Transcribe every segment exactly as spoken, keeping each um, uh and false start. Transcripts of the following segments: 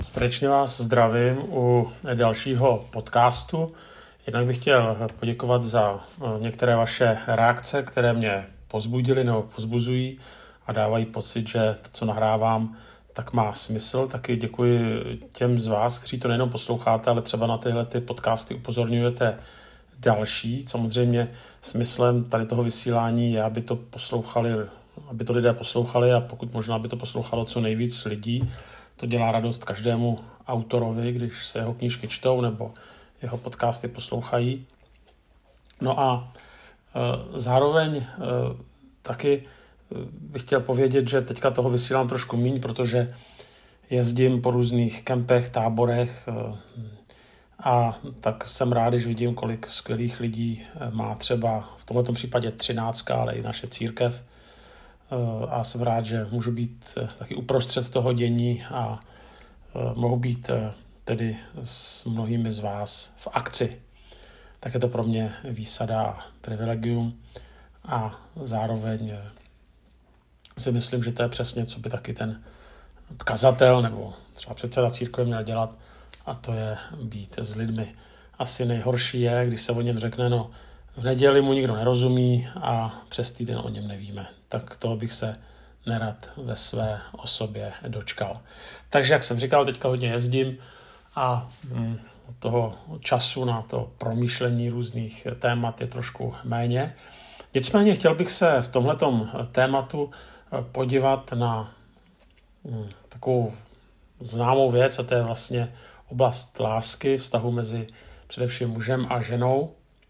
Srdečně vás zdravím u dalšího podcastu. Jednak bych chtěl poděkovat za některé vaše reakce, které mě povzbudily nebo povzbuzují a dávají pocit, že to, co nahrávám, tak má smysl. Taky děkuji těm z vás, kteří to nejenom posloucháte, ale třeba na tyhle ty podcasty upozorňujete další. Samozřejmě smyslem tady toho vysílání je, aby to poslouchali, aby to lidé poslouchali a pokud možná by to poslouchalo co nejvíc lidí. To dělá radost každému autorovi, když se jeho knížky čtou nebo jeho podcasty poslouchají. No a e, zároveň e, taky bych chtěl povědět, že teďka toho vysílám trošku míň, protože jezdím po různých kempech, táborech e, a tak jsem rád, když vidím, kolik skvělých lidí má třeba v tomto případě třináctka, ale i naše církev. A jsem rád, že můžu být taky uprostřed toho dění a mohu být tedy s mnohými z vás v akci. Tak je to pro mě výsada a privilegium a zároveň si myslím, že to je přesně, co by taky ten kazatel nebo třeba předseda církve měl dělat, a to je být s lidmi. Asi nejhorší je, když se o něm řekne, no v neděli mu nikdo nerozumí a přes týden o něm nevíme. Tak toho bych se nerad ve své osobě dočkal. Takže, jak jsem říkal, teďka hodně jezdím a toho času na to promýšlení různých témat je trošku méně. Nicméně chtěl bych se v tomhletom tématu podívat na takovou známou věc, a to je vlastně oblast lásky, vztahu mezi především mužem a ženou.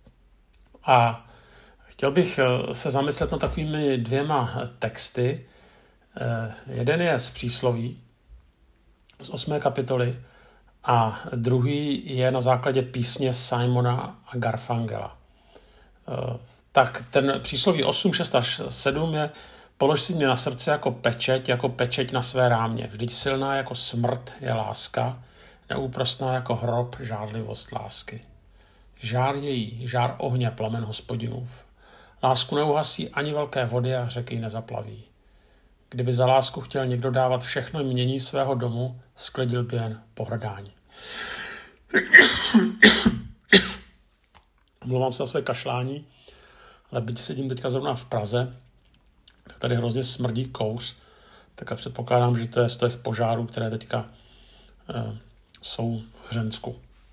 A chtěl bych se zamyslet nad takovými dvěma texty. Jeden je z přísloví, z osmé kapitoly, a druhý je na základě písně Simona a Garfangela. Tak ten přísloví osm, šest až sedm je: polož si mě na srdce jako pečeť, jako pečeť na své rámě. Vždyť silná jako smrt je láska, neúprosná jako hrob žárlivost lásky. Žár její, žár ohně, plamen Hospodinův. Lásku neuhasí ani velké vody a řeky ji nezaplaví. Kdyby za lásku chtěl někdo dávat všechno jmění svého domu, sklidil by jen pohrdání. Mluvám se na své kašlání, ale byť sedím teďka zrovna v Praze, tak tady hrozně smrdí kouř, tak předpokládám, že to je z těch požárů, které teďka eh, jsou v Hřensku.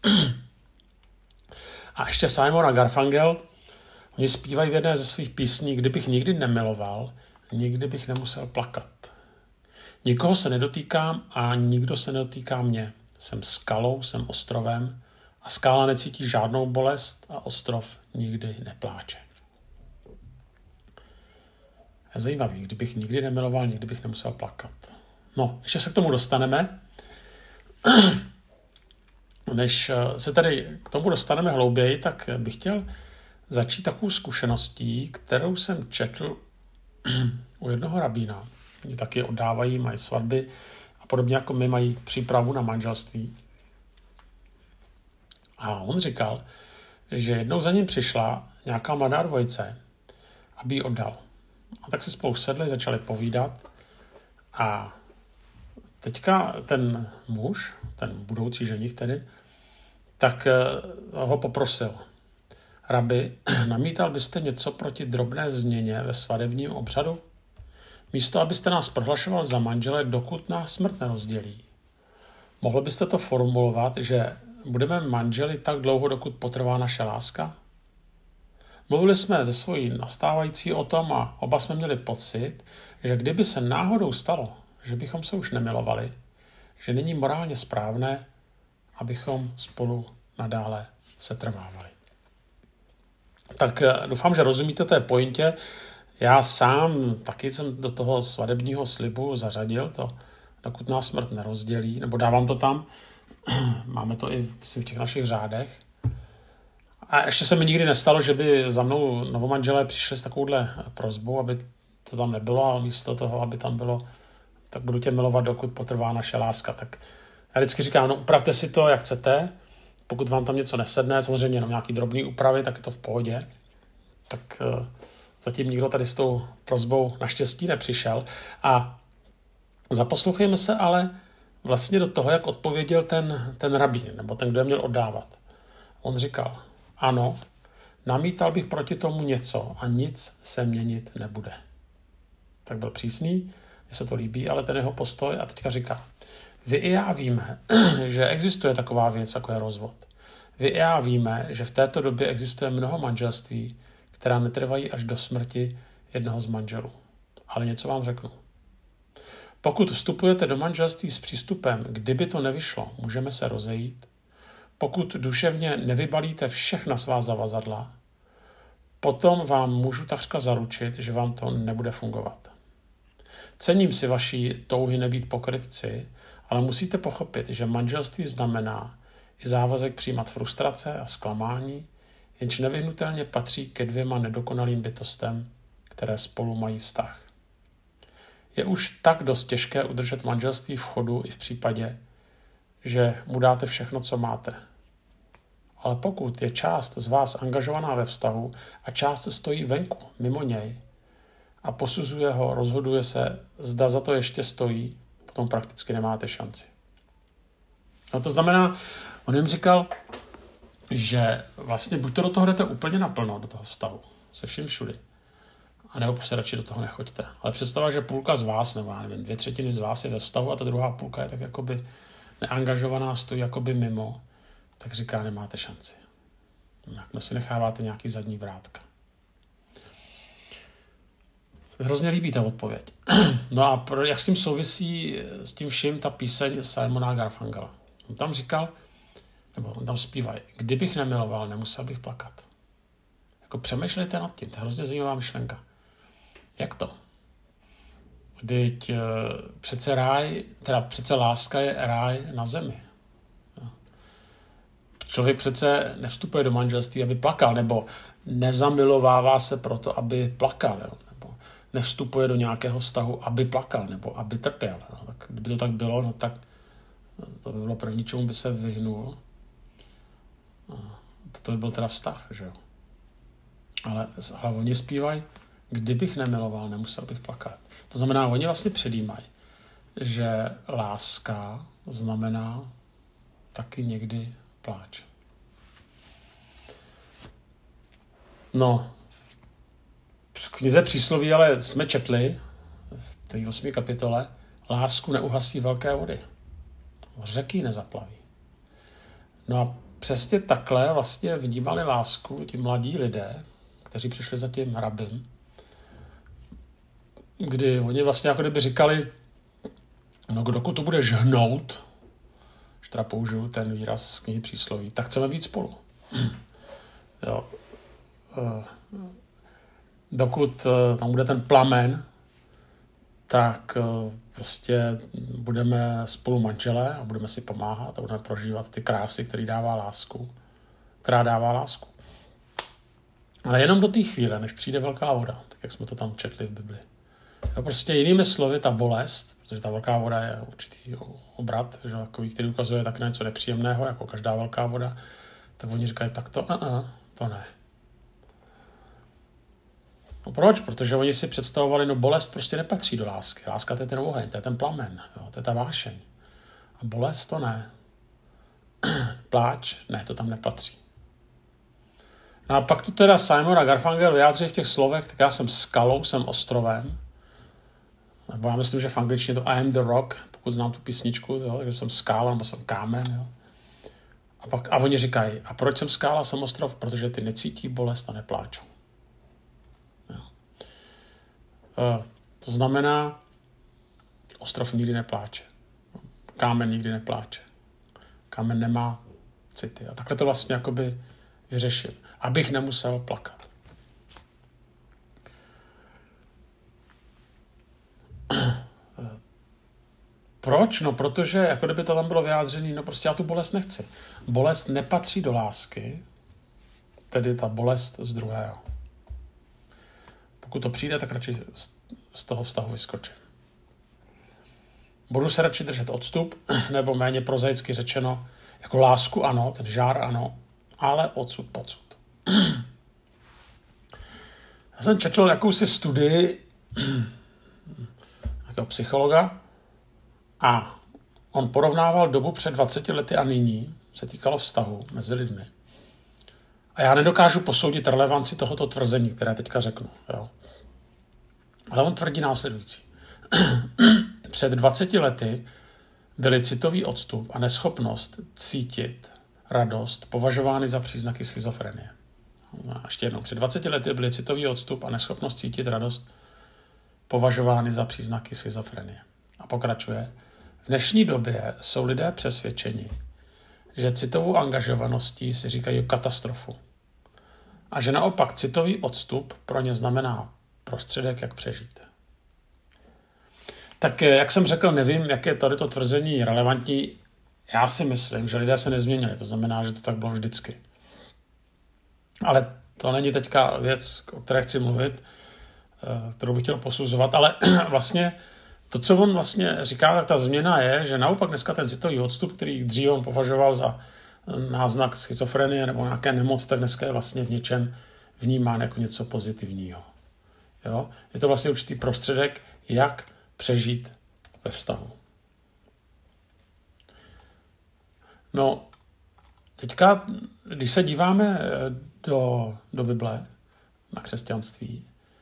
A ještě Simon a Garfangel, oni zpívají v jedné ze svých písní: kdybych nikdy nemiloval, nikdy bych nemusel plakat. Nikoho se nedotýkám a nikdo se nedotýká mě. Jsem skalou, jsem ostrovem a skála necítí žádnou bolest a ostrov nikdy nepláče. Je zajímavý, kdybych nikdy nemiloval, nikdy bych nemusel plakat. No, ještě se k tomu dostaneme. Než se tady k tomu dostaneme hlouběji, tak bych chtěl začít takovou zkušeností, kterou jsem četl u jednoho rabína. Oni taky oddávají, mají svatby a podobně jako my mají přípravu na manželství. A on říkal, že jednou za ním přišla nějaká mladá dvojice, aby ji oddal. A tak se spolu sedli, začali povídat a teďka ten muž, ten budoucí ženich tedy, tak ho poprosil: Rabi, namítal byste něco proti drobné změně ve svatebním obřadu? Místo, abyste nás prohlašoval za manžele, dokud nás smrt nerozdělí. Mohl byste to formulovat, že budeme manželi tak dlouho, dokud potrvá naše láska? Mluvili jsme ze svojí nastávající o tom a oba jsme měli pocit, že kdyby se náhodou stalo, že bychom se už nemilovali, že není morálně správné, abychom spolu nadále setrvávali. Tak doufám, že rozumíte té pointě. Já sám taky jsem do toho svatebního slibu zařadil to, dokud nás smrt nerozdělí, nebo dávám to tam. Máme to i myslím, v těch našich řádech. A ještě se mi nikdy nestalo, že by za mnou novomanželé přišli s takovouhle prosbou, aby to tam nebylo, a místo toho, aby tam bylo, tak budu tě milovat, dokud potrvá naše láska. Tak já vždycky říkám, no upravte si to, jak chcete. Pokud vám tam něco nesedne, samozřejmě jenom nějaký drobný úpravy, tak je to v pohodě. Tak uh, zatím nikdo tady s tou prosbou naštěstí nepřišel. A zaposlouchejme se ale vlastně do toho, jak odpověděl ten, ten rabín, nebo ten, kdo je měl oddávat. On říkal, ano, namítal bych proti tomu něco a nic se měnit nebude. Tak byl přísný, mně se to líbí, ale ten jeho postoj a teďka říká, vy i já víme, že existuje taková věc, jako je rozvod. Vy i já víme, že v této době existuje mnoho manželství, která netrvají až do smrti jednoho z manželů. Ale něco vám řeknu. Pokud vstupujete do manželství s přístupem, kdyby to nevyšlo, můžeme se rozejít. Pokud duševně nevybalíte všechna svá zavazadla, potom vám můžu takřka zaručit, že vám to nebude fungovat. Cením si vaší touhy nebýt pokrytci, ale musíte pochopit, že manželství znamená i závazek přijímat frustrace a zklamání, jenž nevyhnutelně patří ke dvěma nedokonalým bytostem, které spolu mají vztah. Je už tak dost těžké udržet manželství v chodu i v případě, že mu dáte všechno, co máte. Ale pokud je část z vás angažovaná ve vztahu a část stojí venku, mimo něj, a posuzuje ho, rozhoduje se, zda za to ještě stojí, potom prakticky nemáte šanci. No to znamená, on jim říkal, že vlastně buď to do toho jdete úplně naplno, do toho vztahu, se vším všudy, a nebo se radši do toho nechoďte. Ale představa, že půlka z vás, nebo já nevím, dvě třetiny z vás je ve vztahu a ta druhá půlka je tak jakoby neangažovaná, stojí jakoby mimo, tak říká, nemáte šanci. No si necháváte nějaký zadní vrátka. To mi hrozně líbí ta odpověď. No a pro, jak s tím souvisí s tím vším ta píseň Simona Garfunkela. On tam říkal, nebo on tam zpívá, kdybych nemiloval, nemusel bych plakat. Jako přemýšlejte nad tím, to je hrozně zajímavá myšlenka. Jak to? Vždyť přece ráj, teda přece láska je ráj na zemi. Člověk přece nevstupuje do manželství, aby plakal, nebo nezamilovává se proto, aby plakal, jo? Nebo nevstupuje do nějakého vztahu, aby plakal, nebo aby trpěl. Jo? Tak kdyby to tak bylo, no tak to by bylo první, čemu by se vyhnul. To by byl teda vztah, že jo. Ale, ale oni zpívají, kdybych nemiloval, nemusel bych plakat. To znamená, oni vlastně předjímají, že láska znamená taky někdy pláč. No, v knize Přísloví ale jsme četli v té osmé kapitole, lásku neuhasí velké vody. Řeky nezaplaví. No a přesně takhle vlastně vnímali lásku ti mladí lidé, kteří přišli za tím rabim, kdy oni vlastně jako kdyby říkali, no dokud to budeš hnout, že teda použiju ten výraz z knihy Přísloví, tak chceme být spolu. Jo. Dokud tam bude ten plamen, tak prostě budeme spolu manželé a budeme si pomáhat a budeme prožívat ty krásy, které dává lásku, která dává lásku. Ale jenom do té chvíle, než přijde velká voda, tak jak jsme to tam četli v Bibli. A prostě jinými slovy, ta bolest, protože ta velká voda je určitý obrat, že, takový, který ukazuje tak něco nepříjemného, jako každá velká voda, tak oni říkají, tak to, uh-uh, to ne. No proč? Protože oni si představovali, no bolest prostě nepatří do lásky. Láska to je ten oheň, to je ten plamen, jo, to je ta vášeň. A bolest to ne. Pláč, ne, to tam nepatří. No a pak to teda Simon a Garfunkel vyjádří v těch slovech, tak já jsem skalou, jsem ostrovem. Nebo já myslím, že v angličtině to I am the rock, pokud znám tu písničku, jo, takže jsem skála, nebo jsem kámen. Jo. A, pak, a oni říkají, a proč jsem skála, jsem ostrov? Protože ty necítí bolest a nepláčou. Jo. E, to znamená, ostrov nikdy nepláče. Kámen nikdy nepláče. Kámen nemá city. A takhle to vlastně jakoby vyřešil. Abych nemusel plakat. Proč? No, protože jako kdyby to tam bylo vyjádřené, no prostě já tu bolest nechci. Bolest nepatří do lásky, tedy ta bolest z druhého. Pokud to přijde, tak radši z toho vztahu vyskočím. Budu se radši držet odstup, nebo méně prozaicky řečeno, jako lásku ano, ten žár ano, ale odsud pocud. Já jsem četl jakousi studii nějakého psychologa a on porovnával dobu před dvaceti lety a nyní, se týkalo vztahu mezi lidmi. A já nedokážu posoudit relevanci tohoto tvrzení, které teďka řeknu. Jo. Ale on tvrdí následující. Před dvaceti lety byly citový odstup a neschopnost cítit radost považovány za příznaky schizofrenie. A ještě jednou. Před dvaceti lety byly citový odstup a neschopnost cítit radost považovány za příznaky schizofrenie. A pokračuje. V dnešní době jsou lidé přesvědčeni, že citovou angažovaností si říkají katastrofu. A že naopak citový odstup pro ně znamená prostředek, jak přežít. Tak jak jsem řekl, nevím, jak je tady to tvrzení relevantní. Já si myslím, že lidé se nezměnili. To znamená, že to tak bylo vždycky. Ale to není teďka věc, o které chci mluvit, kterou bych chtěl posuzovat, ale vlastně to, co on vlastně říká, tak ta změna je, že naopak dneska ten citový odstup, který dříve on považoval za náznak schizofrenie nebo nějaké nemoc, tak dneska je vlastně v něčem vnímán jako něco pozitivního. Jo? Je to vlastně určitý prostředek, jak přežít ve vztahu. No, teďka, když se díváme do, do Bible, na křesťanství,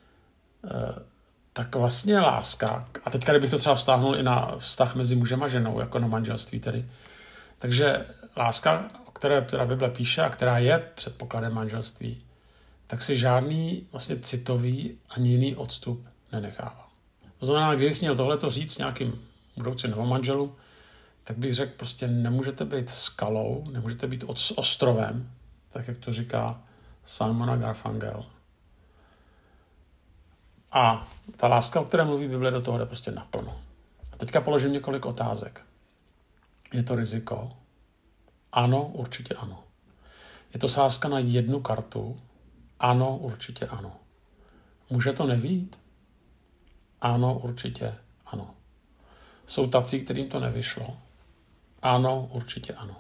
tak vlastně láska, a teďka kdybych to třeba vztáhnul i na vztah mezi mužem a ženou, jako na manželství tedy, takže láska, o které teda Bible píše a která je předpokladem manželství, tak si žádný vlastně citový ani jiný odstup nenechává. To znamená, kdybych měl tohleto říct nějakým budoucím novomanželům, tak bych řekl, prostě nemůžete být skalou, nemůžete být ostrovem, tak jak to říká Simon a Garfunkel. A ta láska, o které mluví Bible, do toho jde prostě naplno. A teďka položím několik otázek. Je to riziko? Ano, určitě ano. Je to sázka na jednu kartu? Ano, určitě ano. Může to nevít? Ano, určitě ano. Jsou tací, kterým to nevyšlo? Ano, určitě ano.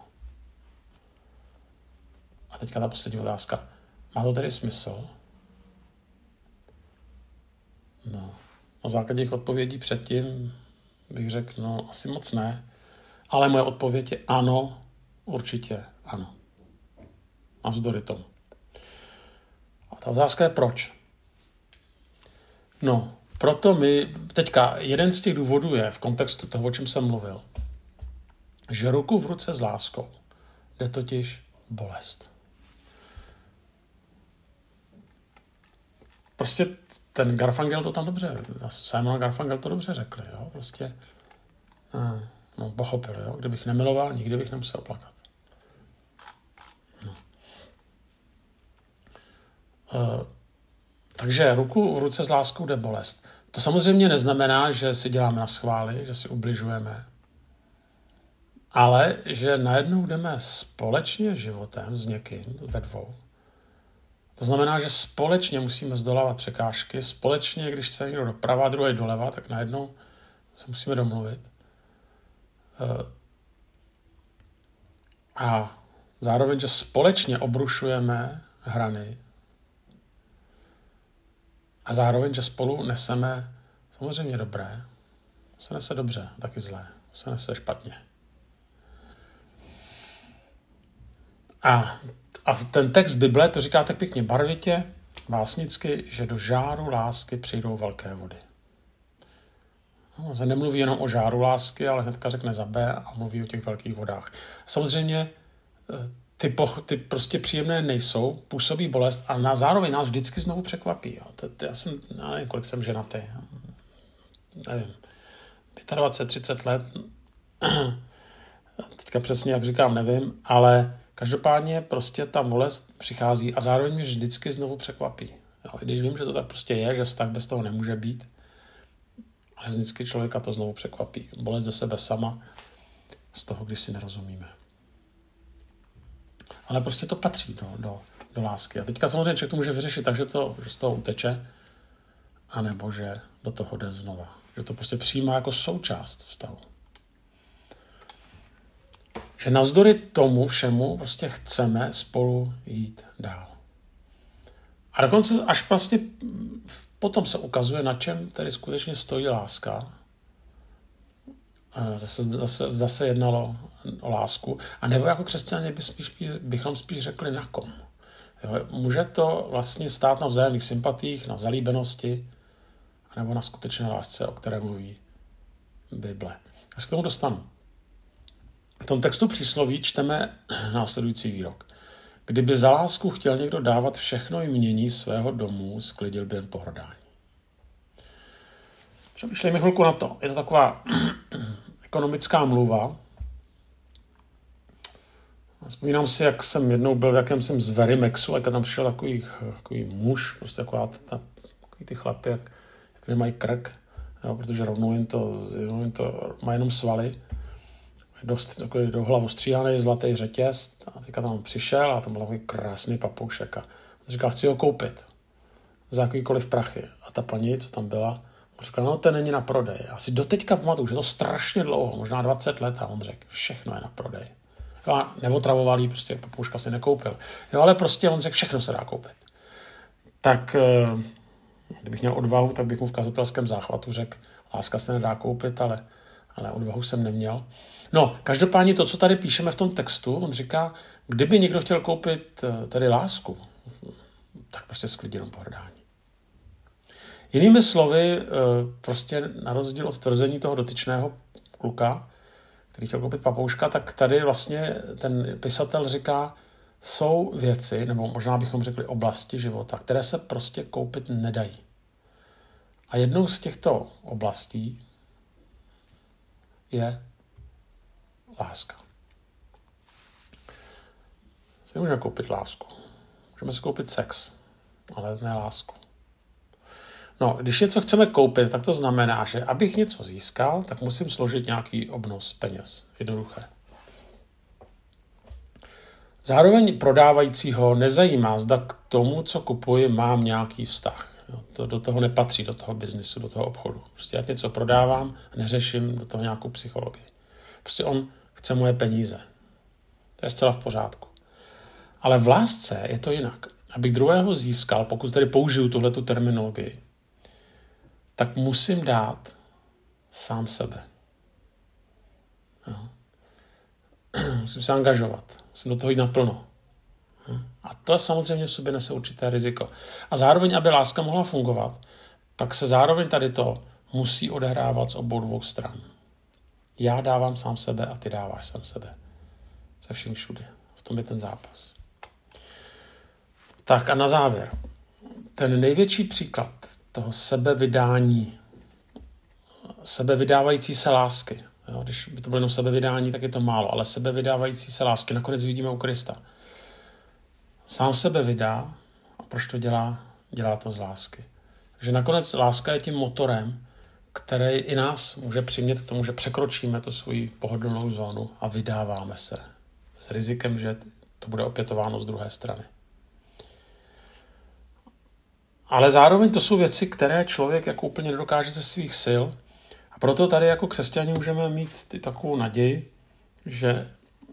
A teďka ta poslední otázka. Má to tedy smysl? No, na základě těch odpovědí předtím bych řekl, no asi moc ne, ale moje odpověď je ano, určitě ano. Navzdory tomu. A ta otázka je proč? No, proto my, teďka jeden z těch důvodů je v kontextu toho, o čem jsem mluvil, že ruku v ruce s láskou jde totiž bolest. Prostě ten Garfunkel to tam dobře, Simon Garfunkel to dobře řekli, jo, prostě, no, pochopili, jo, kdybych nemiloval, nikdy bych nemusel plakat. No. Uh, takže ruku v ruce s láskou jde bolest. To samozřejmě neznamená, že si děláme na schvály, že si ubližujeme, ale že najednou jdeme společně životem s někým ve dvou. To znamená, že společně musíme zdolávat překážky, společně, když se někdo doprava, druhý doleva, tak najednou se musíme domluvit. A zároveň, že společně obrušujeme hrany a zároveň, že spolu neseme samozřejmě dobré, se nese dobře, taky zlé, se nese špatně. A A ten text Bible to říká tak pěkně barvitě, básnicky, že do žáru lásky přijdou velké vody. No, se nemluví jenom o žáru lásky, ale hnedka řekne za B a mluví o těch velkých vodách. Samozřejmě ty, po, ty prostě příjemné nejsou, působí bolest a na zároveň nás vždycky znovu překvapí. Jo. To, to, já jsem, já nevím, kolik jsem ženatý. Nevím, dvacet pět, třicet let. Teďka přesně, jak říkám, nevím, ale každopádně prostě ta bolest přichází a zároveň mě vždycky znovu překvapí. Jo, i když vím, že to tak prostě je, že vztah bez toho nemůže být, ale vždycky člověka to znovu překvapí. Bolest ze sebe sama, z toho, když si nerozumíme. Ale prostě to patří do, do, do lásky. A teďka samozřejmě člověk to může vyřešit tak, že, to, že z toho uteče, anebo že do toho jde znova. Že to prostě přijímá jako součást vztahu. Že navzdory tomu všemu prostě chceme spolu jít dál. A dokonce až vlastně potom se ukazuje, na čem tedy skutečně stojí láska. zase, zase, zase jednalo o lásku. A nebo jako křesťané by spíš, bychom spíš řekli na kom. Jo, může to vlastně stát na vzájemných sympatích, na zalíbenosti, nebo na skutečné lásce, o které mluví Bible. Já se k tomu dostanu. V tom textu přísloví čteme následující výrok. Kdyby za lásku chtěl někdo dávat všechno jmění svého domu, sklidil by jen pohrdání. Přemýšlejme chvilku na to. Je to taková ekonomická mluva. Vzpomínám si, jak jsem jednou byl v jakémsi z Verimexu, jak tam přišel takový, takový muž, prostě taková ta, takový ty chlapy, jak, jak nemají krk, jo, protože rovnou jim to, rovnou jim to má jenom svaly. Do, takový do hlavu stříhaný zlatý řetěz a teďka tam přišel a tam byl takový krásný papoušek a on říkal, chci ho koupit za jakýkoliv prachy. A ta paní, co tam byla, říkala, no ten není na prodej. Já si doteďka pamatuju, že to strašně dlouho, možná dvacet let a on řekl, všechno je na prodej. Jo, a neotravoval jí, prostě papouška si nekoupil. Jo, ale prostě on řekl, všechno se dá koupit. Tak kdybych měl odvahu, tak bych mu v kazatelském záchvatu řekl, láska se nedá koupit, ale, ale odvahu jsem neměl. No, každopádně to, co tady píšeme v tom textu, on říká, kdyby někdo chtěl koupit tady lásku, tak prostě sklidí jenom pohrdání. Jinými slovy, prostě na rozdíl od tvrzení toho dotyčného kluka, který chtěl koupit papouška, tak tady vlastně ten pisatel říká, jsou věci, nebo možná bychom řekli oblasti života, které se prostě koupit nedají. A jednou z těchto oblastí je láska. Si můžeme koupit lásku. Můžeme si koupit sex, ale ne lásku. No, když něco chceme koupit, tak to znamená, že abych něco získal, tak musím složit nějaký obnos peněz. Jednoduché. Zároveň prodávajícího nezajímá, zda k tomu, co kupuji, mám nějaký vztah. To do toho nepatří, do toho biznisu, do toho obchodu. Prostě já něco prodávám a neřeším do toho nějakou psychologii. Prostě on chce moje peníze. To je zcela v pořádku. Ale v lásce je to jinak. Abych druhého získal, pokud tady použiju tuhletu terminologii, tak musím dát sám sebe. Jo. Musím se angažovat. Musím do toho jít naplno. A to samozřejmě v sobě nese určité riziko. A zároveň, aby láska mohla fungovat, pak se zároveň tady to musí odehrávat z obou dvou stran. Já dávám sám sebe a ty dáváš sám sebe. Se vším všude. V tom je ten zápas. Tak a na závěr. Ten největší příklad toho sebevydání, sebevydávající se lásky. Jo, když by to bylo jenom sebevydání, tak je to málo, ale sebevydávající se lásky nakonec vidíme u Krista. Sám sebe vydá a proč to dělá? Dělá to z lásky. Takže nakonec láska je tím motorem, který i nás může přimět k tomu, že překročíme tu svoji pohodlnou zónu a vydáváme se. S rizikem, že to bude opětováno z druhé strany. Ale zároveň to jsou věci, které člověk jako úplně nedokáže ze svých sil. A proto tady jako křesťani můžeme mít ty takovou naději, že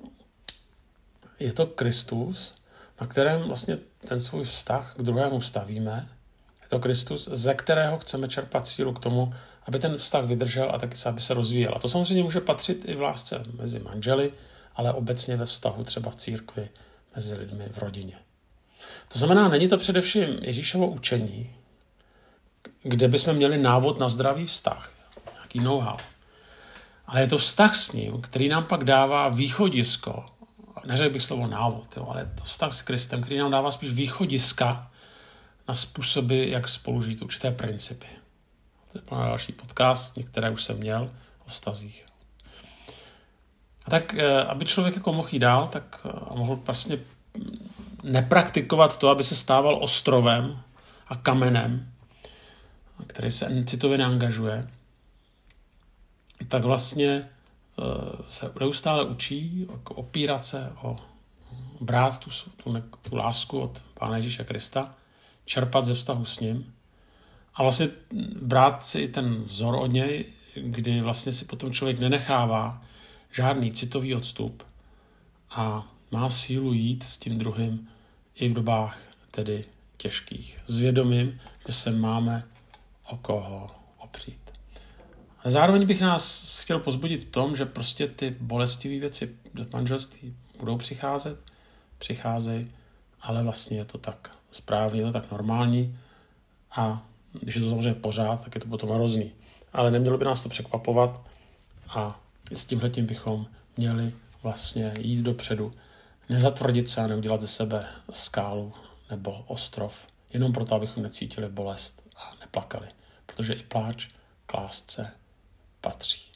je to Kristus, na kterém vlastně ten svůj vztah k druhému stavíme. Je to Kristus, ze kterého chceme čerpat sílu k tomu, aby ten vztah vydržel a taky se, aby se rozvíjel. A to samozřejmě může patřit i v lásce mezi manželi, ale obecně ve vztahu třeba v církvi, mezi lidmi v rodině. To znamená, není to především Ježíšovo učení, kde bychom měli návod na zdravý vztah, nějaký know-how. Ale je to vztah s ním, který nám pak dává východisko, neřekl bych slovo návod, jo, ale je to vztah s Kristem, který nám dává spíš východiska na způsoby, jak spolu žít, určité principy. To je plná další podcast, některé už jsem měl o vztazích. A tak, aby člověk jako mohl jít dál, tak mohl vlastně nepraktikovat to, aby se stával ostrovem a kamenem, který se citově neangažuje, tak vlastně se neustále učí opírat se o brát tu, tu, tu lásku od Pána Ježíše Krista, čerpat ze vztahu s ním a vlastně brát si ten vzor od něj, kdy vlastně si potom člověk nenechává žádný citový odstup a má sílu jít s tím druhým i v dobách tedy těžkých. S vědomím, že se máme o koho opřít. Ale zároveň bych nás chtěl pozbudit v tom, že prostě ty bolestivé věci do manželství budou přicházet, přicházejí, ale vlastně je to tak správně, je to tak normální a když je to samozřejmě pořád, tak je to potom hrozný. Ale nemělo by nás to překvapovat a s tímhletím bychom měli vlastně jít dopředu. Nezatvrdit se a neudělat ze sebe skálu nebo ostrov, jenom proto, abychom necítili bolest a neplakali. Protože i pláč k lásce patří.